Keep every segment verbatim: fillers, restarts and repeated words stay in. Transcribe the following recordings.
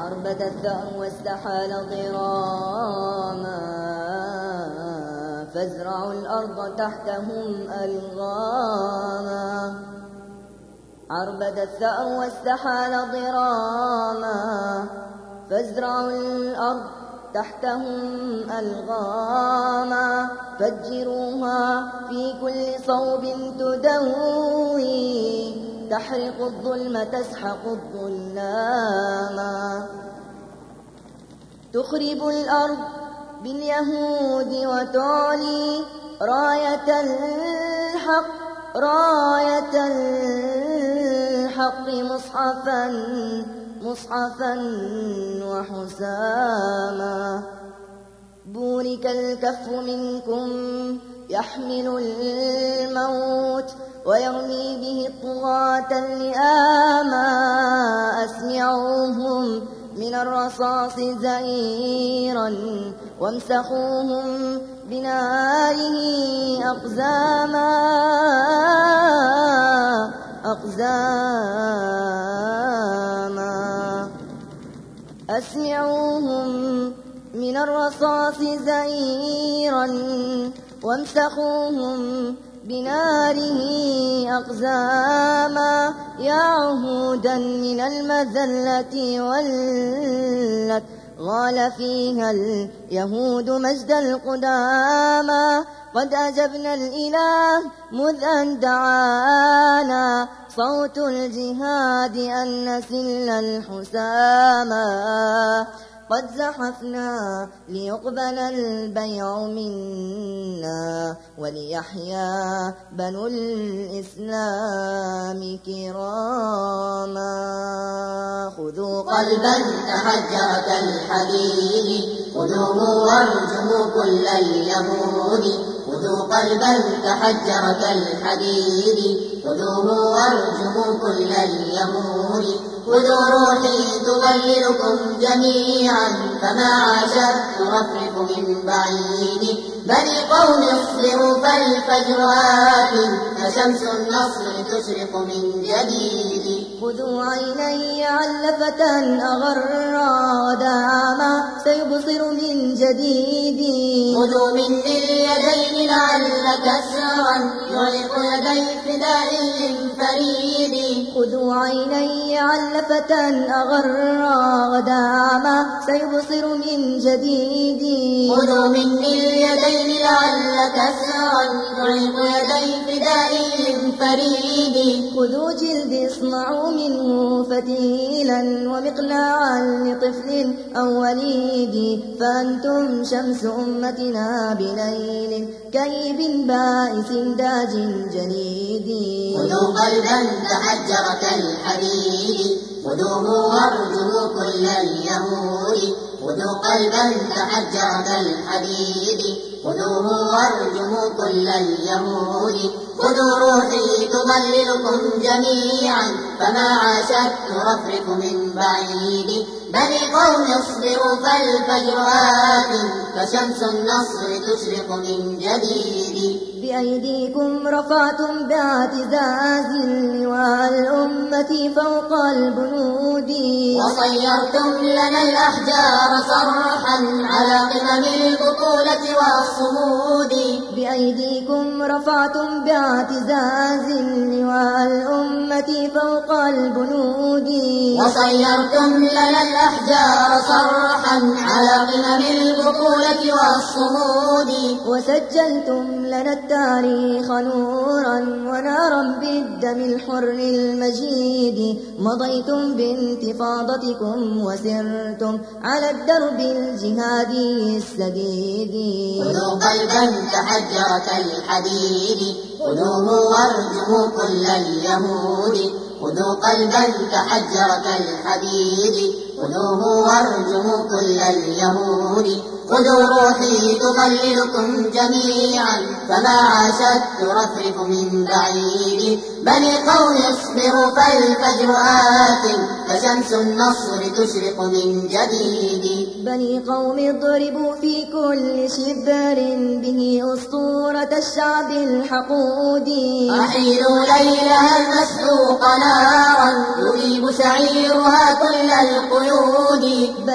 عربد الثأر واستحال ضراما فازرعوا الأرض تحتهم ألغاما عربد الثأر واستحال ضراما فازرعوا الأرض تحتهم ألغاما فجروها في كل صوب تدوي تحرق الظلم تسحق الظلاما تخرب الأرض باليهود وتعلي راية الحق راية الحق مصحفا مصحفا وحساما بورك الكف منكم يحمل الموت ويرمي به الطغاة اللئاما أسمعوهم من الرصاص زئيرا وامسخوهم بناره أقزاما أقزاما أسمعوهم من الرصاص زئيرا وامسخوهم بناره أقزاما يا عهودا من المذلة ولت غال فيها اليهود مجد القدامى قد أجبنا الإله مذ أن دعانا صوت الجهاد أن نسل الحساما قد زحفنا ليقبل البيع منا وليحيا بنو الإسلام كراما خذوا قلبا تحجر كالحديد خذوه وارجموا كل اليهود خذوا قلبا تحجر كالحديد خذوه وارجموا كل اليهود خذوا روحي تظللكم جميعا فما عاشت ترفرف من بعيد بني قوم اصبروا فالفجر آت فشمس النصر تشرق من جديد خذوا عيني علفة أغرا وداما سيبصر من جديد خذوا مني اليدين لعل كسرا يعلق يدي فدائي فريد خذوا عيني علفة أغرا وداما سيبصر من جديد خذوا مني اليدين لعل كسرا يعلق يدي فدائي فريد خذوا جلد اصنعوا منه فتيلا ومقلاعا لطفل أو وليد فأنتم شمس أمتنا بليل كئيب بائس داج جليد خذوا قلبا تحجر كالحديد خذوه وارجموا كل اليهود خذوا قلبا تحجر كالحديد خذوه وارجموا كل اليهود خذوا روحي تظللكم جميعا فما عاشت ترفرف من بعيد بني قوم اصبروا فالفجر آت فشمس النصر تشرق من جديد بأيديكم رفعتم باعتزاز لواء الأمة فوق البنود وصيرتم لنا الأحجار صرحا على قمم البطولة والصمود بأيديكم رفعتم باعتزاز لواء الأمة فوق البنود وصيرتم لنا الأحجار صرحا على قمم البطولة والصمود وسجلتم لنا التاريخ نورا ونارا بالدم الحر المجيد مضيتم بانتفاضتكم وسرتم على الدرب الجهادي السديد خذوا قلبا تحجر كالحديد خذوه وارجموا كل اليهود خذوا قلبا تحجر كالحديد خذوه وارجموا كل اليهود خذوا روحي تظللكم جميعا فما عاشت ترفرف من بعيد بني قوم اصبروا فالفجر آت فشمس النصر تشرق من جديد بني قوم اضربوا في كل شبر به أسطورة الشعب الحقود أحيلوا ليلها المسحوق نارا يذيب سعيرها كل القيود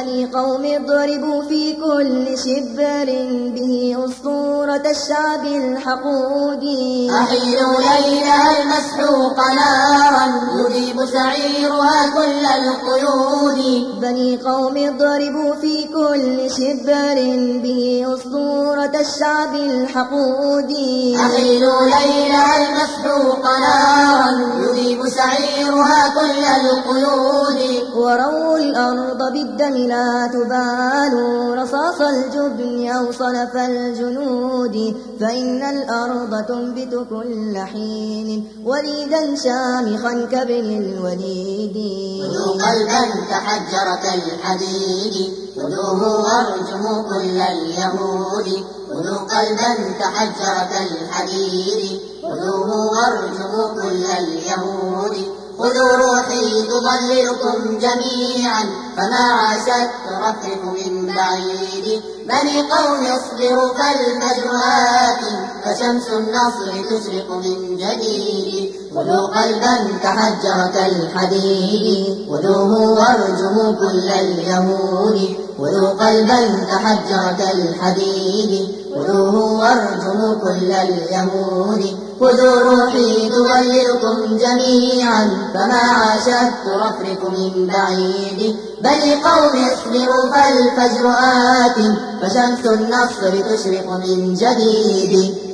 بني قوم ضربوا في كل شبر به أسطورة الشعب الحقودي. أحيلوا ليلها المسحوق نارا يذيب سعيرها كل القيود. بني قوم ضربوا في كل شبر به أسطورة الشعب الحقودي. أحيلوا ليلها المسحوق نارا يذيب سعيرها كل القيود. ورووا الأرض بالدم لا تبال رصاص الجبن أو صنف الجنود. فإن الأرض تنبت كل حين وليدا شامخا كابن الوليد. خذوا قلبا تحجر كالحديد خذوه وارجموا كل اليهود. خذوا قلبا تحجر كالحديد خذوه وارجموا كل اليهود. خذوا روحي تضللكم جميعا فما عاشت ترفرف من بعيد. بني قوم اصبروا فالفجر آت فشمس النصر تشرق من جديد. خذوا قلبا تحجر كالحديد خذوه وارجموا كل اليهود. خذوا قلبا تحجر كالحديد خذوه وارجموا كل اليهود. خذوا روحي تظللكم جميعا فما عاشت ترفرف من بعيد. بني قوم اصبروا فالفجر آت فشمس النصر تشرق من جديد.